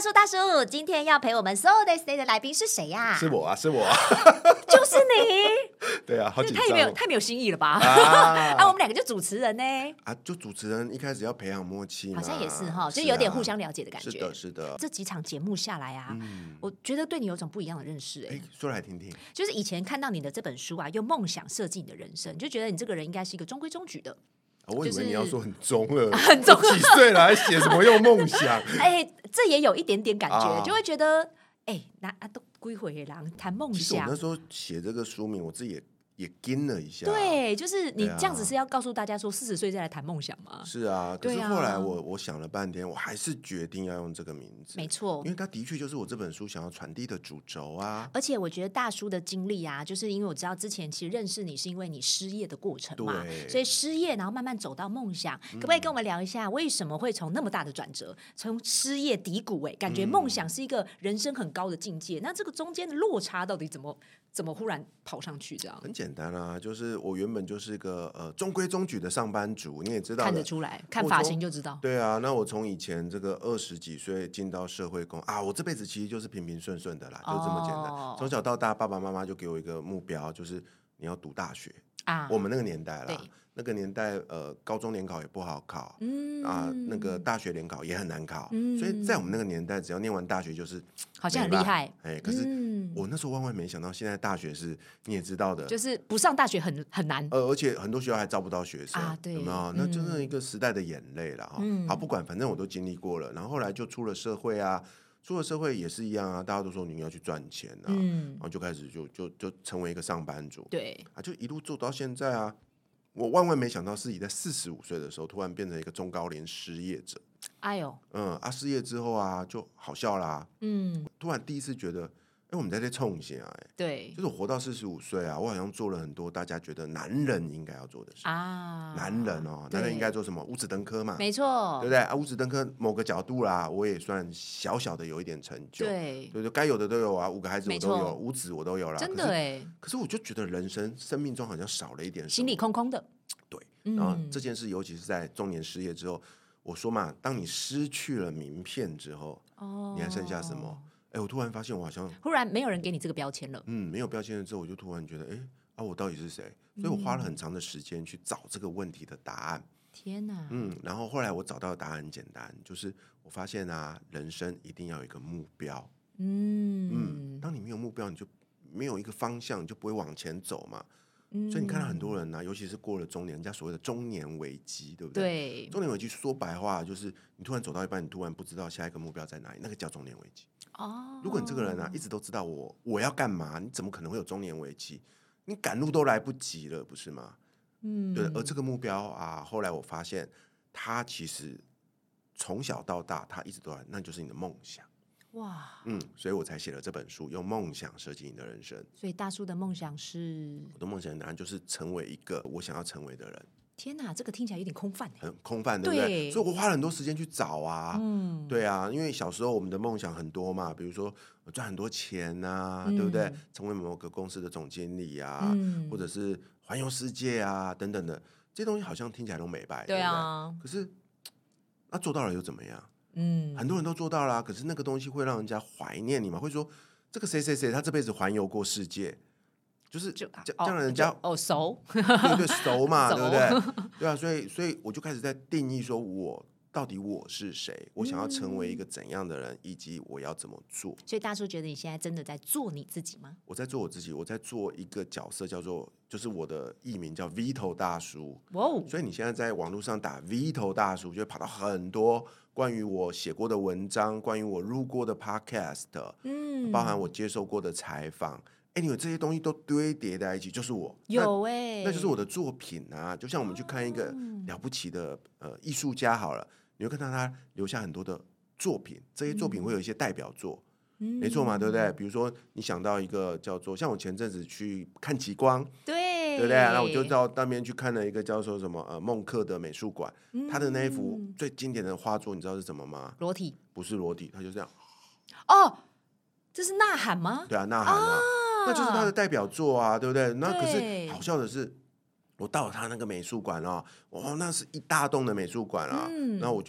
大叔，今天要陪我们 So This Day 的来宾是谁呀？ 是我啊，是我啊， 就是你。 对啊，好紧张太没有新意了吧？我们两个就主持人呢。 就主持人一开始要培养默契嘛， 好像也是哈，就有点互相了解的感觉。 是的，是的。 这几场节目下来啊，我觉得对你有种不一样的认识。 说来听听。 就是以前看到你的这本书啊，用梦想设计你的人生，就觉得你这个人应该是一个中规中矩的。 我以为你要说很中了， 很中， 几岁了还写什么用梦想？ 这也有一点点感觉，就会觉得，那都归回人谈梦想。 其实我那时候写这个书名，我自己也跟了一下。 对，就是你这样子是要告诉大家说40岁再来谈梦想吗？ 是啊，可是后来我想了半天，我还是决定要用这个名字。 没错， 因为它的确就是我这本书想要传递的主轴啊。 而且我觉得大叔的经历啊，就是因为我知道之前其实认识你是因为你失业的过程嘛，所以失业然后慢慢走到梦想，可不可以跟我们聊一下为什么会从那么大的转折，从失业低谷感觉梦想是一个人生很高的境界，那这个中间的落差到底怎么忽然跑上去这样？ 很简单啊，就是我原本就是个中规中矩的上班族，你也知道， 看得出来，看发型就知道。 对啊，那我从以前这个20几岁进到社会工我这辈子其实就是平平顺顺的啦，就这么简单。从小到大，爸爸妈妈就给我一个目标，就是你要读大学啊。我们那个年代啦，那个年代高中联考也不好考，那个大学联考也很难考，所以在我们那个年代，只要念完大学就是好像很厉害。 可是我那时候万万没想到，现在大学是你也知道的， 就是不上大学很难， 而且很多学校还招不到学生对， 有没有？那真的一个时代的眼泪了好，不管，反正我都经历过了，然后后来就出了社会啊。出了社会也是一样啊，大家都说你要去赚钱啊，然后就开始就成为一个上班族， 对就一路做到现在啊。我万万没想到自己在45岁的时候突然变成一个中高龄失业者。失业之后啊就好笑啦，突然第一次觉得我们在这冲线对， 就是我活到45岁啊，我好像做了很多大家觉得男人应该要做的事男人男人应该做什么？五子登科嘛， 没错， 对不对五子登科某个角度啦，我也算小小的有一点成就，对，该有的都有啊，5个孩子我都有，5子我都有啦， 真的可是我就觉得生命中好像少了一点什么， 心里空空的。 对，然后这件事尤其是在中年失业之后，我说嘛，当你失去了名片之后，你还剩下什么？我突然发现我好像忽然没有人给你这个标签了。 没有标签了之后，我就突然觉得，我到底是谁？所以我花了很长的时间去找这个问题的答案。 天哪！ 然后后来我找到的答案很简单，就是我发现啊，人生一定要有一个目标。当你没有目标，你就没有一个方向，你就不会往前走嘛。所以你看到很多人尤其是过了中年，人家所谓的中年危机，对不对？ 对， 中年危机说白话就是你突然走到一半，你突然不知道下一个目标在哪里，那个叫中年危机。如果你这个人一直都知道我要干嘛，你怎么可能会有中年危机？你赶路都来不及了，不是吗？对。而这个目标后来我发现，它其实从小到大，它一直都在，那就是你的梦想。 哇， 所以我才写了这本书，用梦想设计你的人生。 所以大叔的梦想是， 我的梦想当然就是成为一个我想要成为的人。 天哪，这个听起来有点空泛， 很空泛，对不对？所以我花了很多时间去找啊，对啊，因为小时候我们的梦想很多嘛，比如说赚很多钱啊，对不对？成为某个公司的总经理啊，或者是环游世界啊，等等的，这些东西好像听起来都美白， 对啊， 可是那做到了又怎么样？很多人都做到了，可是那个东西会让人家怀念你嘛？会说这个谁谁谁他这辈子环游过世界，就是这样人家熟， 对熟嘛，对不对？对啊，所以我就开始在定义说我到底我是谁，我想要成为一个怎样的人，以及我要怎么做。 所以大叔觉得你现在真的在做你自己吗？ 我在做我自己，我在做一个角色，就是我的艺名叫 Vito 大叔。所以你现在在网络上打 Vito 大叔，就会跑到很多关于我写过的文章，关于我录过的 podcast，包含我接受过的采访。你们这些东西都堆叠在一起，就是我有那就是我的作品啊。就像我们去看一个了不起的艺术家好了，你会看到他留下很多的作品，这些作品会有一些代表作，没错嘛，对不对？比如说你想到一个叫做，像我前阵子去看极光，对不对？那我就到那边去看了一个叫做什么孟克的美术馆，他的那一幅最经典的画作，你知道是什么吗？ 裸体？ 不是裸体，他就这样。 这是呐喊吗？ 对啊，呐喊啊。那就是他的代表作啊，对不对？那可是好笑的是，我到了他那个美术馆那是一大栋的美术馆啊，然后我就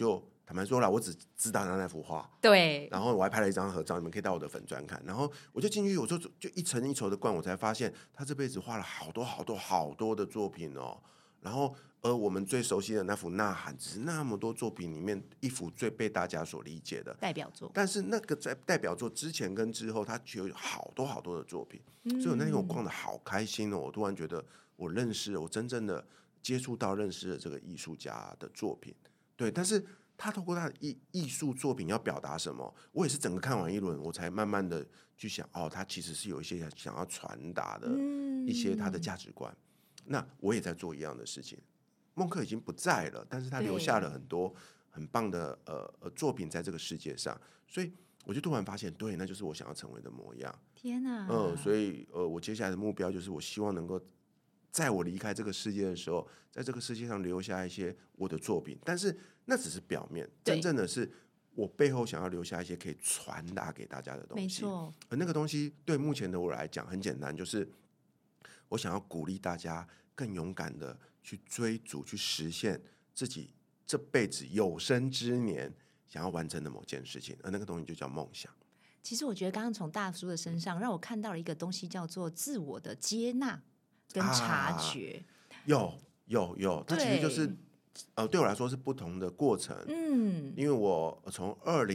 坦白说啦，我只知道那幅画， 对， 然后我还拍了一张合照，你们可以到我的粉专看。然后我就进去，我就一层一层的灌，我才发现他这辈子画了好多好多好多的作品哦。然后我们最熟悉的那幅《呐喊》，只是那么多作品里面一幅最被大家所理解的代表作。 但是那个在代表作之前跟之后，他就有好多好多的作品，所以我那天我逛的好开心哦。我突然觉得我认识了，我真正的接触到认识了这个艺术家的作品。对，但是他透过他的艺术作品要表达什么，我也是整个看完一轮，我才慢慢的去想，他其实是有一些想要传达的一些他的价值观。那我也在做一样的事情。孟克已经不在了，但是他留下了很多很棒的作品在这个世界上，所以我就突然发现，对，那就是我想要成为的模样。 天哪！ 所以我接下来的目标就是，我希望能够在我离开这个世界的时候，在这个世界上留下一些我的作品。但是那只是表面，真正的是我背后想要留下一些可以传达给大家的东西。 没错， 而那个东西对目前的我来讲很简单，就是我想要鼓励大家更勇敢的去追逐、去实现自己这辈子有生之年想要完成的某件事情，而那个东西就叫梦想。 其实我觉得刚刚从大叔的身上让我看到了一个东西，叫做自我的接纳跟察觉。 有，它其实就是对我来说是不同的过程。因为我从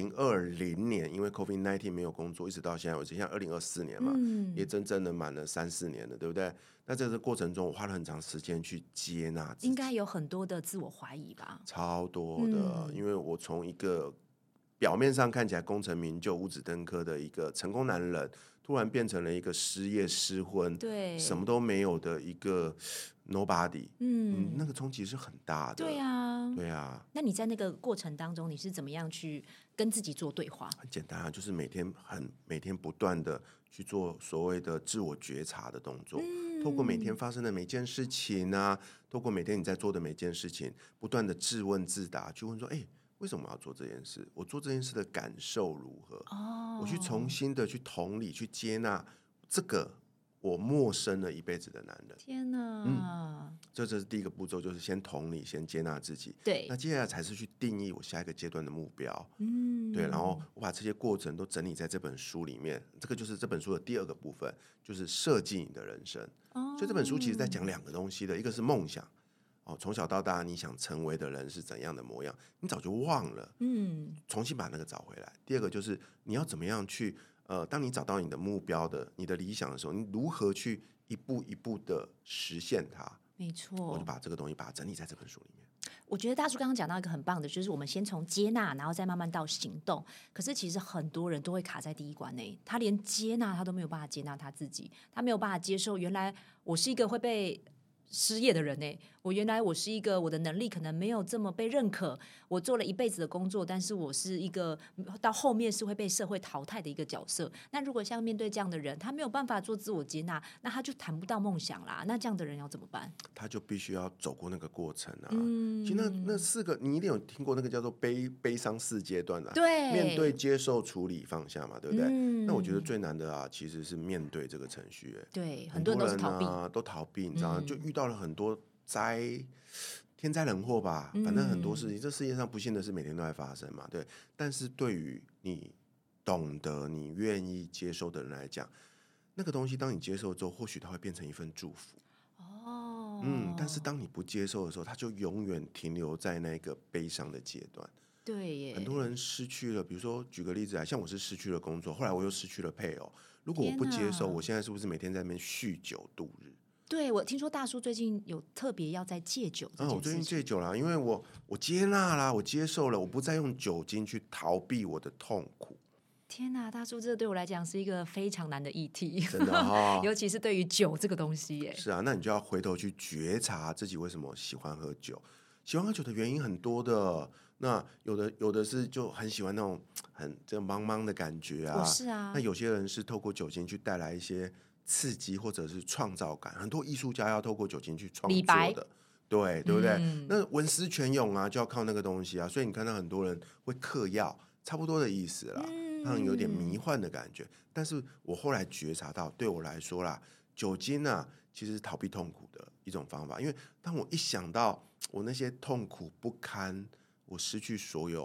2020年，因为 COVID-19 没有工作，一直到现在为止，现在2024年嘛，也真正的满了3-4年了，对不对？那在这个过程中，我花了很长时间去接纳自己， 应该有很多的自我怀疑吧？ 超多的，因为我从一个表面上看起来功成名就、五子登科的一个成功男人，突然变成了一个失业、失婚、 对， 什么都没有的一个 nobody。那个冲击是很大的。 对啊， 对啊。 那你在那个过程当中，你是怎么样去跟自己做对话？ 很简单啊，就是每天不断的去做所谓的自我觉察的动作，透过每天发生的每件事情啊，透过每天你在做的每件事情，不断的自问自答，去问说，为什么我要做这件事？我做这件事的感受如何？我去重新的去同理、去接纳这个我陌生了一辈子的男人。 天哪！ 这是第一个步骤，就是先同理，先接纳自己。 对， 那接下来才是去定义我下一个阶段的目标。对，然后我把这些过程都整理在这本书里面。这个就是这本书的第二个部分，就是设计你的人生。所以这本书其实在讲2个东西的，一个是梦想。从小到大你想成为的人是怎样的模样，你早就忘了。重新把那个找回来。第二个就是你要怎么样去当你找到你的目标的、你的理想的时候，你如何去一步一步的实现它？ 没错， 我就把这个东西把它整理在这本书里面。 我觉得大叔刚刚讲到一个很棒的，就是我们先从接纳，然后再慢慢到行动。可是其实很多人都会卡在第一关内，他连接纳他都没有办法接纳他自己，他没有办法接受原来我是一个会被失业的人呢。原来我是一个我的能力可能没有这么被认可，我做了一辈子的工作，但是我是一个到后面是会被社会淘汰的一个角色。那如果像面对这样的人，他没有办法做自我接纳，那他就谈不到梦想啦。那这样的人要怎么办？ 他就必须要走过那个过程啊。其实那4个你一定有听过那个叫做悲伤4阶段啊。 对， 面对、接受、处理、放下嘛，对不对？那我觉得最难的啊，其实是面对这个程序。 对， 很多人都是逃避， 都逃避，你知道吗？就遇到了很多天灾人祸吧，反正很多事情，这世界上不幸的事每天都在发生嘛，对。但是对于你懂得、你愿意接受的人来讲，那个东西当你接受之后，或许它会变成一份祝福。但是当你不接受的时候，它就永远停留在那个悲伤的阶段。 对耶， 很多人失去了，比如说举个例子来，像我是失去了工作，后来我又失去了配偶。如果我不接受，我现在是不是每天在那边酗酒度日？ 对，我听说大叔最近有特别要在戒酒这件事情。 我最近戒酒了，因为我接纳啦，我接受了，我不再用酒精去逃避我的痛苦。 天哪，大叔，这对我来讲是一个非常难的议题， 真的尤其是对于酒这个东西耶。 是啊，那你就要回头去觉察自己为什么喜欢喝酒。喜欢喝酒的原因很多的，那有的是就很喜欢那种很这个茫茫的感觉啊。 是啊。 那有些人是透过酒精去带来一些刺激或者是创造感，很多艺术家要透过酒精去创作的，对不对？那文思泉涌啊，就要靠那个东西啊。所以你看到很多人会嗑药，差不多的意思啦，让人有点迷幻的感觉。但是我后来觉察到，对我来说啦，酒精啊其实是逃避痛苦的一种方法。因为当我一想到我那些痛苦不堪，我失去所有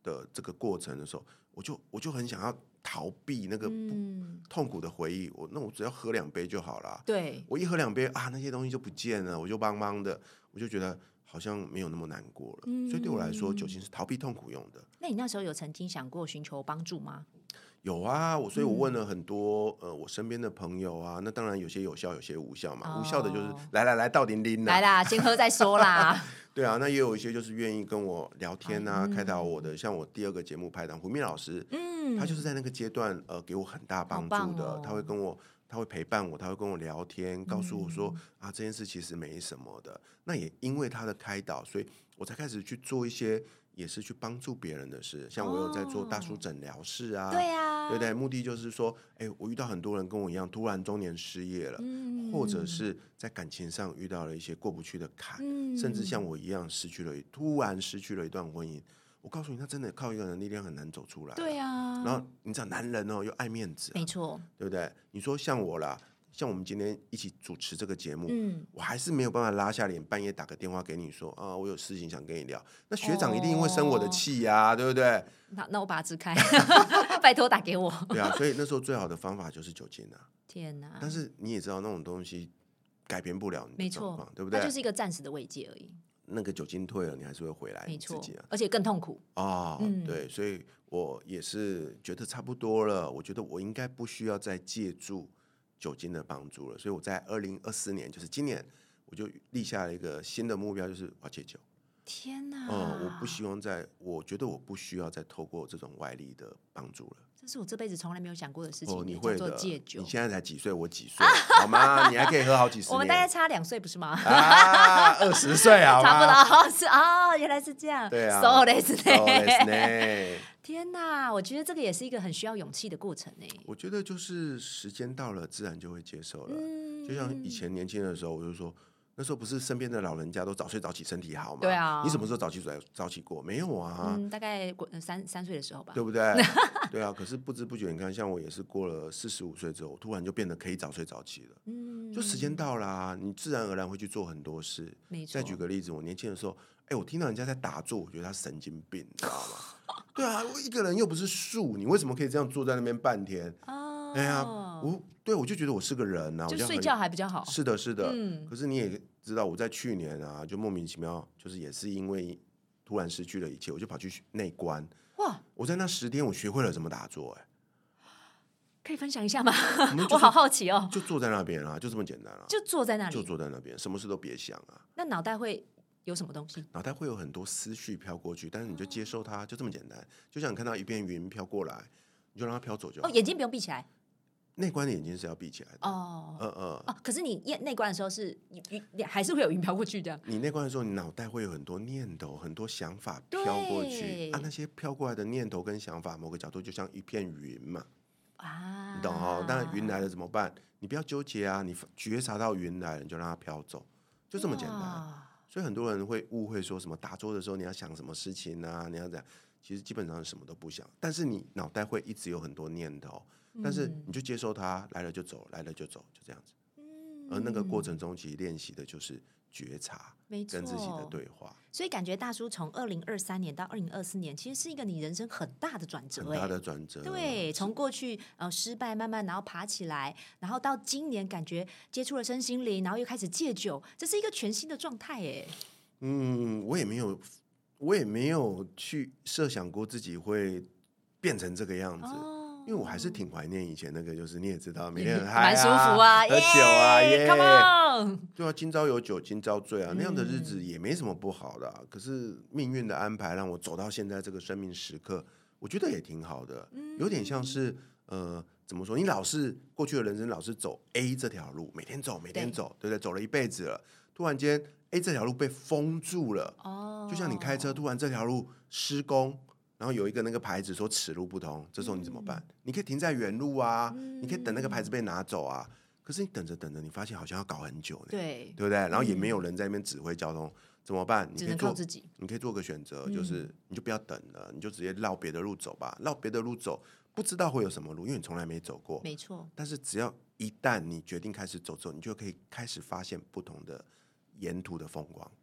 的这个过程的时候，我就很想要逃避那个痛苦的回忆。我只要喝2杯就好了。 对， 我一喝2杯啊，那些东西就不见了，我就茫茫的，我就觉得好像没有那么难过了。所以对我来说，酒精是逃避痛苦用的。 那你那时候有曾经想过寻求帮助吗？ 有啊，所以我问了很多我身边的朋友啊，那当然有些有效，有些无效嘛。无效的就是来到底拎来啦，先喝再说啦。 对啊，那也有一些就是愿意跟我聊天啊，开导我的，像我第2个节目拍档胡明老师，他就是在那个阶段给我很大帮助的，他会陪伴我，他会跟我聊天，告诉我说啊这件事其实没什么的。那也因为他的开导，所以我才开始去做一些也是去帮助别人的事，像我有在做大叔诊疗室啊， 对啊， 对不对？目的就是说，我遇到很多人跟我一样，突然中年失业了，或者是在感情上遇到了一些过不去的坎，甚至像我一样突然失去了一段婚姻。我告诉你，他真的靠一个人力量很难走出来。 对啊， 然后你知道，男人又爱面子， 没错， 对不对？你说像我啦。像我们今天一起主持这个节目，我还是没有办法拉下脸，半夜打个电话给你说啊，我有事情想跟你聊。那学长一定会生我的气呀，对不对？ 那我把它支开，拜托打给我。 对啊，所以那时候最好的方法就是酒精啊。 天哪！ 但是你也知道，那种东西改变不了你的状况，对不对？ 它就是一个暂时的慰藉而已。 那个酒精退了，你还是会回来， 没错， 自己啊， 而且更痛苦对，所以我也是觉得差不多了。我觉得我应该不需要再借助酒精的帮助了，所以我在2024年，就是今年，我就立下了一个新的目标，就是我要戒酒。 天哪！ 我不希望我觉得我不需要再透过这种外力的帮助了。 这是我这辈子从来没有想过的事情。 你会的， 叫做戒酒。 你现在才几岁，我几岁，好吗？你还可以喝好几十年。 我们大概差2岁，不是吗 ？20岁，好吗？ 差不多是原来是这样。 对啊， そうですね。 天哪，我觉得这个也是一个很需要勇气的过程呢。 我觉得就是时间到了，自然就会接受了。就像以前年轻的时候，我就说，那时候不是身边的老人家都早睡早起，身体好吗？ 对啊。 你什么时候早起过？没有啊。 大概3岁的时候吧。 对不对？对啊。可是不知不觉，你看，像我也是过了45岁之后，突然就变得可以早睡早起了。就时间到啦，你自然而然会去做很多事。 没错。 再举个例子，我年轻的时候，我听到人家在打坐，我觉得他神经病，你知道吗？对啊，我一个人又不是树，你为什么可以这样坐在那边半天？我就觉得我是个人啊， 就睡觉还比较好。 是的，是的。可是你也知道，我在去年啊，就莫名其妙，就是也是因为突然失去了一切，我就跑去内观。哇！我在那10天，我学会了怎么打坐。 可以分享一下吗？我好好奇哦。 就坐在那边啊，就这么简单啊。 就坐在那里， 就坐在那边，什么事都别想啊。 那脑袋会有什么东西？ 脑袋会有很多思绪飘过去，但是你就接受它，就这么简单。就像你看到一片云飘过来，你就让它飘走就好。 眼睛不用闭起来。 内观的眼睛是要闭起来的。 可是你内观的时候是还是会有云飘过去的。 你内观的时候，你脑袋会有很多念头、很多想法飘过去那些飘过来的念头跟想法，某个角度就像一片云嘛。你懂哦？当然云来了怎么办？你不要纠结啊，你觉察到云来了，你就让它飘走，就这么简单。所以很多人会误会说什么打坐的时候你要想什么事情啊，你要这样，其实基本上什么都不想，但是你脑袋会一直有很多念头，但是你就接受它，来了就走，来了就走，就这样子。而那个过程中，其实练习的就是觉察，跟自己的对话。 所以感觉大叔从2023年到2024年，其实是一个你人生很大的转折， 很大的转折。 对，从过去失败，慢慢然后爬起来，然后到今年感觉接触了身心灵，然后又开始戒酒，这是一个全新的状态耶。 我也没有去设想过自己会变成这个样子。因为我还是挺怀念以前那个，就是你也知道，每天很嗨蛮舒服啊， 喝酒啊，耶 ，Come on， 对啊，今朝有酒今朝醉啊，那样的日子也没什么不好的。可是命运的安排让我走到现在这个生命时刻，我觉得也挺好的，有点像是怎么说？你过去的人生老是走 A 这条路，每天走，对不对？走了一辈子了，突然间 A 这条路被封住了，就像你开车，突然这条路施工。然后有一个那个牌子说此路不通，这时候你怎么办？你可以停在原路啊，你可以等那个牌子被拿走啊。可是你等着，你发现好像要搞很久呢，对不对？然后也没有人在那边指挥交通，怎么办？ 只能靠自己。 你可以做个选择，就是你就不要等了，你就直接绕别的路走吧。绕别的路走，不知道会有什么路，因为你从来没走过。 没错。 但是只要一旦你决定开始走之后，你就可以开始发现不同的沿途的风光。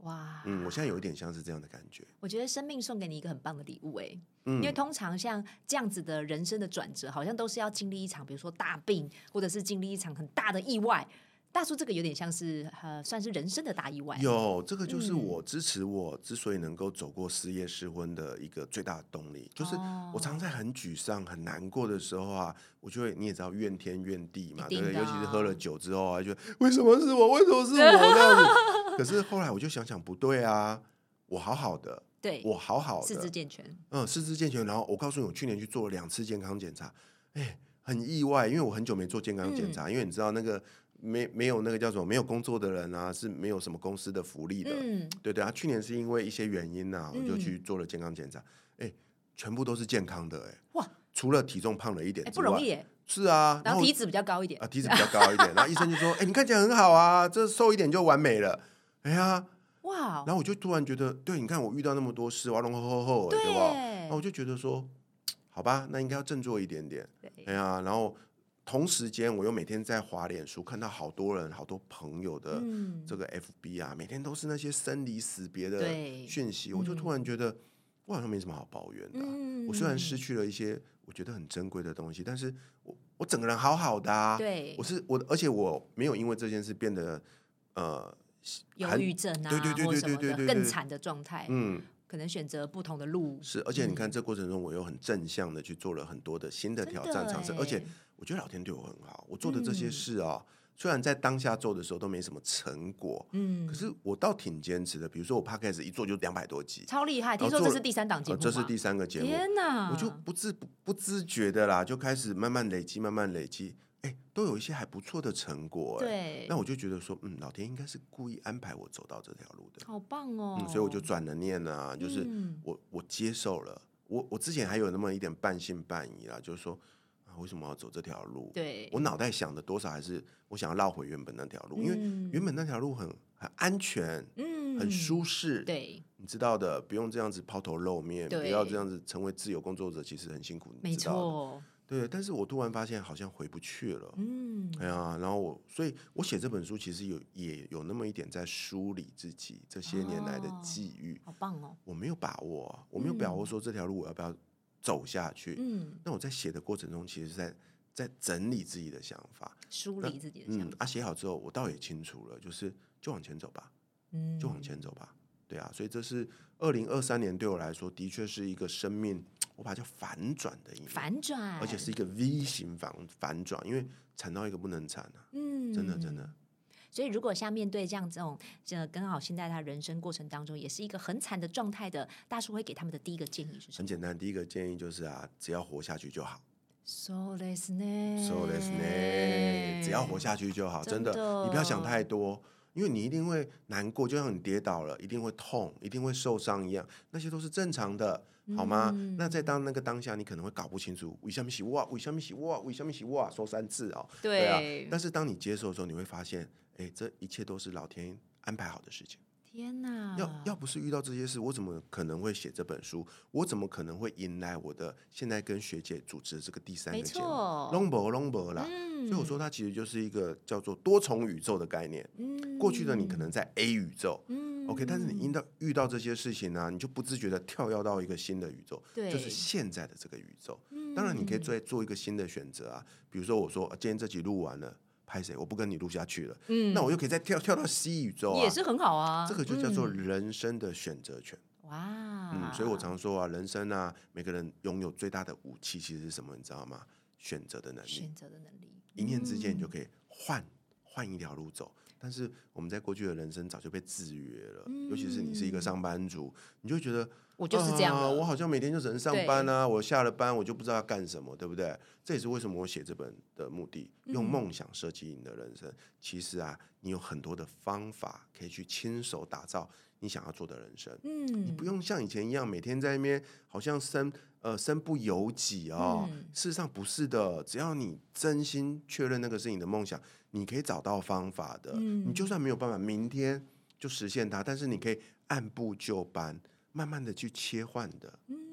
哇， 我现在有一点像是这样的感觉。 我觉得生命送给你一个很棒的礼物因为通常像这样子的人生的转折，好像都是要经历一场，比如说大病，或者是经历一场很大的意外。大叔这个有点像是算是人生的大意外。 有这个就是我支持我之所以能够走过失业失婚的一个最大的动力，就是我常在很沮丧很难过的时候啊，我就会你也知道怨天怨地嘛，对不对？尤其是喝了酒之后啊，就为什么是我，为什么是我这样子。可是后来我就想想不对啊，我好好的， 对， 我好好的， 四肢健全， 四肢健全。然后我告诉你，我去年去做了2次健康检查，很意外，因为我很久没做健康检查，因为你知道那个没有那个叫什么，没有工作的人啊，是没有什么公司的福利的，对对啊。去年是因为一些原因啊，我就去做了健康检查，全部都是健康的， 哇， 除了体重胖了一点之外， 不容易耶。 是啊， 然后体脂比较高一点体脂比较高一点，然后医生就说，你看起来很好啊，这瘦一点就完美了，哎呀。 哇！ 然后我就突然觉得，对，你看我遇到那么多事，哇隆吼，对不好？然后我就觉得说，好吧，那应该要振作一点点。哎呀，然后同时间我又每天在滑脸书，看到好多人、好多朋友的这个 FB 啊，每天都是那些生离死别的讯息，我就突然觉得，我好像没什么好抱怨的我虽然失去了一些我觉得很珍贵的东西，但是我整个人好好的啊。 对， 而且我没有因为这件事变得忧郁症啊，对，更惨的状态，可能选择不同的路。 是，而且你看这过程中，我又很正向的去做了很多的新的挑战尝试，而且我觉得老天对我很好，我做的这些事啊，虽然在当下做的时候都没什么成果，可是我倒挺坚持的。比如说我 Podcast 一做就200多集， 超厉害！听说这是第3档节目， 这是第3个节目， 天哪！ 我就不自觉的啦，就开始慢慢累积，都有一些还不错的成果。 对， 那我就觉得说，老天应该是故意安排我走到这条路的， 好棒哦。 所以我就转了念啊，就是我接受了。我之前还有那么一点半信半疑啦，就是说为什么要走这条路？ 对， 我脑袋想的多少还是我想要绕回原本那条路，因为原本那条路很安全，很舒适， 对， 你知道的，不用这样子抛头露面，不要这样子成为自由工作者，其实很辛苦， 没错。 对，但是我突然发现好像回不去了，然后所以我写这本书其实也有那么一点在梳理自己这些年来的际遇， 好棒哦！ 我没有把握，我没有把握说这条路我要不要走下去，那我在写的过程中，其实是在整理自己的想法， 梳理自己的想法， 写好之后，我倒也清楚了，就往前走吧，就往前走吧，对啊，所以这是2023年对我来说，的确是一个生命。我把它叫反转的一年， 反转， 而且是一个 V 型反转，因为惨到一个不能惨啊，真的。 所以如果像面对这种刚好现在他人生过程当中也是一个很惨的状态的大叔，会给他们的第一个建议是什么？ 很简单，第一个建议就是只要活下去就好。 そうですね， 只要活下去就好，真的，你不要想太多。因为你一定会难过，就像你跌倒了，一定会痛，一定会受伤一样，那些都是正常的，好吗？那在那个当下，你可能会搞不清楚为什么是我，为什么是我，为什么是我，说3次哦，对啊。但是当你接受的时候，你会发现，这一切都是老天安排好的事情。 天哪！ 要不是遇到这些事，我怎么可能会写这本书？我怎么可能会迎来我的现在跟学姐主持的这个第3个节目？龙博啦。所以我说它其实就是一个叫做多重宇宙的概念。过去的你可能在 A 宇宙，OK， 但是你遇到这些事情呢，你就不自觉的跳跃到一个新的宇宙，就是现在的这个宇宙。当然你可以再做一个新的选择啊，比如说我说今天这集录完了。拍谁？我不跟你录下去了。那我又可以再跳到 C 宇宙也是很好啊。 这个就叫做人生的选择权。 哇， 所以我常说啊，人生啊，每个人拥有最大的武器其实是什么？你知道吗？选择的能力。 选择的能力， 一念之间你就可以换一条路走。但是我们在过去的人生早就被制约了，尤其是你是一个上班族，你就会觉得我就是这样我好像每天就只能上班啊，我下了班我就不知道要干什么，对不对？这也是为什么我写这本的目的，用梦想设计你的人生。其实啊，你有很多的方法可以去亲手打造你想要做的人生。你不用像以前一样每天在那边好像身不由己哦。事实上不是的，只要你真心确认那个是你的梦想，你可以找到方法的。你就算没有办法明天就实现它，但是你可以按部就班慢慢的去切换的。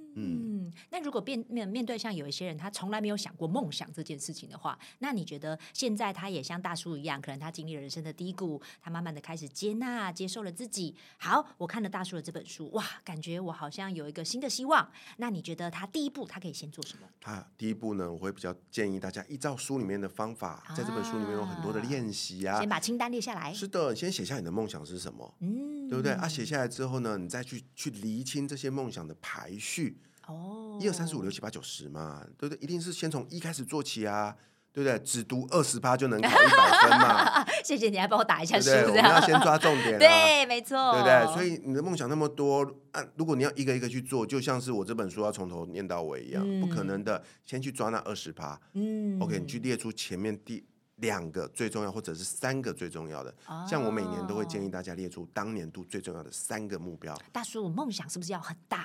那如果面对像有一些人，他从来没有想过梦想这件事情的话，那你觉得现在他也像大叔一样，可能他经历了人生的低谷，他慢慢的开始接纳、接受了自己。好，我看了大叔的这本书，哇，感觉我好像有一个新的希望。那你觉得他第一步他可以先做什么？ 第一步呢，我会比较建议大家依照书里面的方法，在这本书里面有很多的练习啊， 先把清单列下来。 是的，先写下你的梦想是什么，对不对？写下来之后呢，你再去厘清这些梦想的排序。1、2、3、4、5、6、7、8、9、10嘛，对不对？一定是先从1开始做起啊，对不对？只读20%就能考100分嘛。 谢谢你还帮我打一下书， 对不对？我们要先抓重点对，没错， 对不对？所以你的梦想那么多如果你要一个一个去做，就像是我这本书要从头念到尾一样，不可能的。先去抓那20%，OK， 你去列出前面第2个最重要，或者是3个最重要的。像我每年都会建议大家列出当年度最重要的3个目标。 大叔，梦想是不是要很大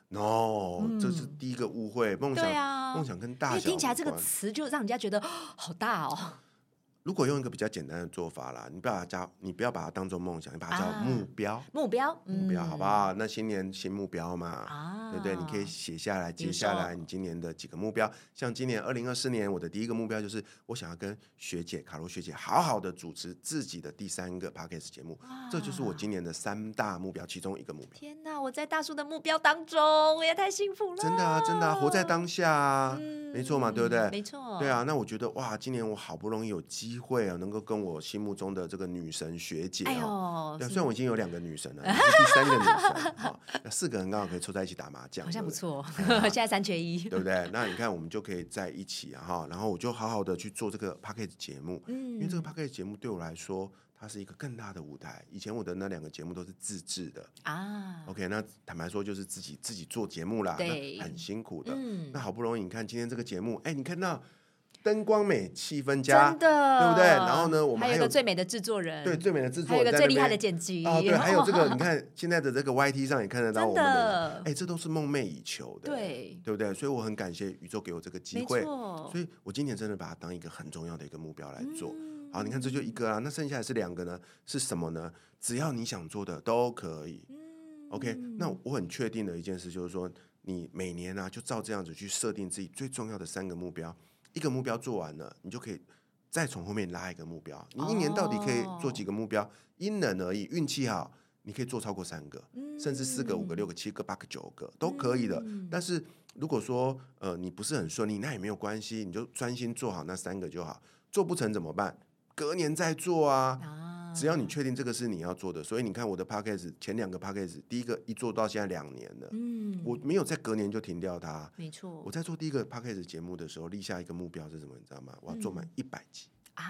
？No，这是第一个误会。梦想跟大小，因为听起来这个词就让人家觉得好大哦。 如果用一个比较简单的做法啦，你不要把它当做梦想，你把它叫目标，目标好不好？那新年新目标嘛，对不对？你可以写下来，接下来你今年的几个目标。像今年2024年，我的第一个目标就是我想要跟卡罗学姐好好的主持自己的第3个 Podcast 节目，这就是我今年的3大目标其中一个目标。 天哪，我在大叔的目标当中，我也太幸福了！ 真的啊，活在当下啊，没错嘛，对不对？ 没错， 对啊。那我觉得哇，今年我好不容易有机会能够跟我心目中的这个女神学姐对，虽然我已经有2个女神了，你是第3个女神4个人刚好可以凑在一起打麻将， 好像不错。现在3缺1， 对不对？那你看我们就可以在一起然后我就好好的去做这个 Podcast 节目，因为这个 Podcast 节目对我来说，它是一个更大的舞台。以前我的那2个节目都是自制的OK， 那坦白说就是自己做节目啦，那很辛苦的。那好不容易你看今天这个节目，你看到灯光美，气氛佳， 真的， 对不对？然后呢，我们还有一个最美的制作人， 对，最美的制作人， 还有一个最厉害的剪辑对，还有这个，你看现在的这个 YT 上也看得到我们的，这都是梦寐以求的，对不对？所以我很感谢宇宙给我这个机会，所以我今年真的把它当一个很重要的一个目标来做。好，你看这就一个那剩下的是2个呢，是什么呢？只要你想做的都可以。OK， 那我很确定的一件事就是说，你每年就照这样子去设定自己最重要的3个目标。一个目标做完了，你就可以再从后面拉一个目标。你一年到底可以做几个目标？因人而异，运气好，你可以做超过3个，甚至4个、5个、6个、7个、8个、9个都可以的。但是如果说你不是很顺利，那也没有关系，你就专心做好那3个就好。做不成怎么办？隔年再做只要你确定这个是你要做的。所以你看我的 Podcast 前2个 Podcast， 第一个一做到现在2年了，我没有在隔年就停掉它。 没错， 我在做第一个 Podcast 节目的时候，立下一个目标是什么？你知道吗？我要做满100集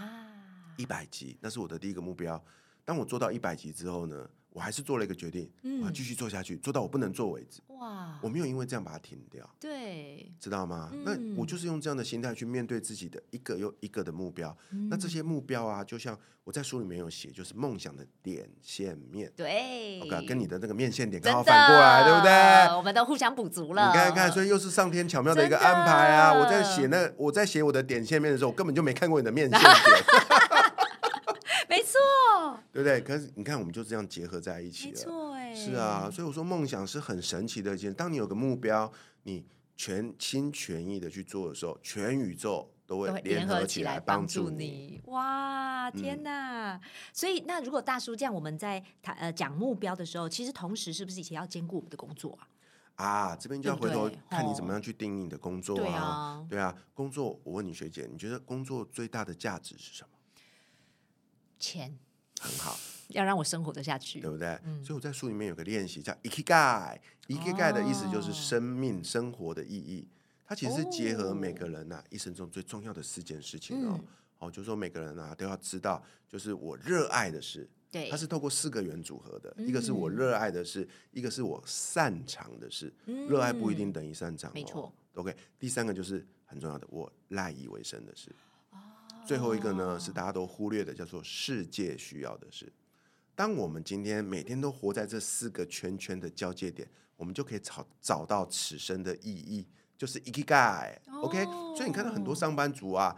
100集，那是我的第一个目标。当我做到100集之后呢，我还是做了一个决定，我要继续做下去，做到我不能做为止。哇！我没有因为这样把它停掉， 对， 知道吗？那我就是用这样的心态去面对自己的一个又一个的目标。那这些目标就像我在书里面有写，就是梦想的点线面。 对 ，OK， 跟你的那个面线点刚好反过来，对不对？ 我们都互相补足了。 你看，所以又是上天巧妙的一个安排我在写我的点线面的时候，我根本就没看过你的面线点。 没错， 对不对？可是你看，我们就这样结合在一起了。 没错， 是啊，所以我说梦想是很神奇的一件。当你有个目标，你全心全意的去做的时候，全宇宙都会联合起来帮助你。 哇，天哪！所以那如果大叔这样，我们在讲目标的时候，其实同时是不是也要兼顾我们的工作这边就要回头看你怎么样去定义你的工作对啊，工作，我问你学姐，你觉得工作最大的价值是什么？ 钱。 很好， 要让我生活得下去， 对不对？所以我在书里面有个练习叫 Ikigai，Ikigai 的意思就是生命生活的意义。它其实是结合每个人一生中最重要的4件事情就是说每个人都要知道，就是我热爱的事。对，它是透过4个元组合的，一个是我热爱的事，一个是我擅长的事。热爱不一定等于擅长，没错。OK， 第3个就是很重要的，我赖以为生的事。最后一个呢，是大家都忽略的，叫做世界需要的事。当我们今天每天都活在这4个圈圈的交界点，我们就可以找到此生的意义，就是 Ikigai。OK， 所以你看到很多上班族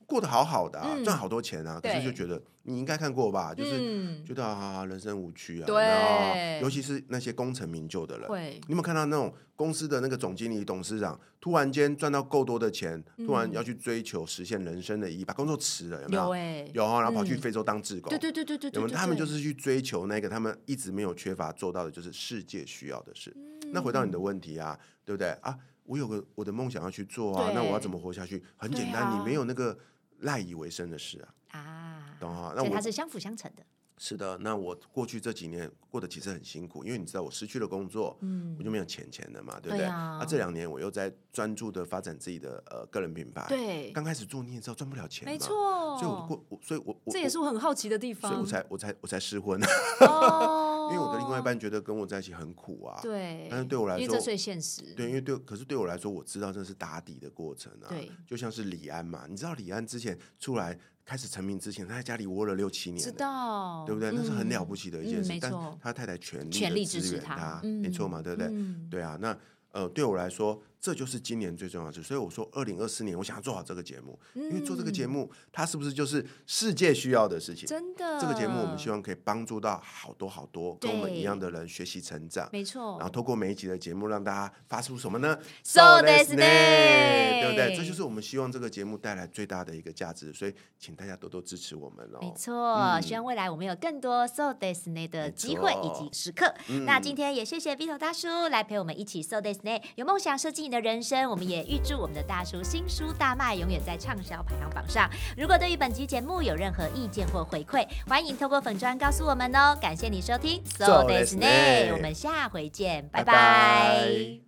过得好好的啊，赚好多钱啊，可是对就觉得你应该看过吧，就是嗯， 觉得人生无趣啊。 对尤其是那些功成名就的人， 会你有没有看到那种公司的那个总经理、董事长，突然间赚到够多的钱，突然要去追求实现人生的意义，把工作辞了，有没有？有然后跑去非洲当志工。 对， 有没有？他们就是去追求那个他们一直没有缺乏做到的，就是世界需要的事。那回到你的问题啊，对不对啊？我有我的梦想要去做啊，那我要怎么活下去？很简单，你没有那个赖以为生的事啊，懂啊？那所以它是相辅相成的。 是的，那我过去这几年过得其实很辛苦，因为你知道我失去了工作，我就没有钱了嘛，对不对？这2年我又在专注的发展自己的个人品牌。 对， 刚开始做你也知道赚不了钱嘛， 没错。 所以我这也是我很好奇的地方， 所以我才失婚。因为我的另外一半觉得跟我在一起很苦啊， 对， 但是对我来说， 因为这最现实。 对，因为可是对我来说，我知道这是打底的过程啊。 对， 就像是李安嘛，你知道李安之前出来开始成名之前，他在家里窝了6、7年， 知道， 对不对？那是很了不起的一件事。但他太太全力支持他，没错嘛，对不对？对啊，那对我来说，这就是今年最重要的事。所以我说，2024年我想要做好这个节目，因为做这个节目，它是不是就是世界需要的事情？ 真的， 这个节目我们希望可以帮助到好多跟我们一样的人学习成长， 没错。 然后透过每一集的节目，让大家发出什么呢 ？So this day， 对不对？这就是我们希望这个节目带来最大的一个价值。所以，请大家多多支持我们哦。 没错，希望未来我们有更多 So this day 的机会以及时刻。那今天也谢谢 Vito 大叔来陪我们一起 So this day， 有梦想设计你的人生。我们也预祝我们的大叔新书大卖，永远在畅销排行榜上。如果对于本期节目有任何意见或回馈，欢迎透过粉专告诉我们哦。感谢你收听 So this day， 我们下回见，拜拜。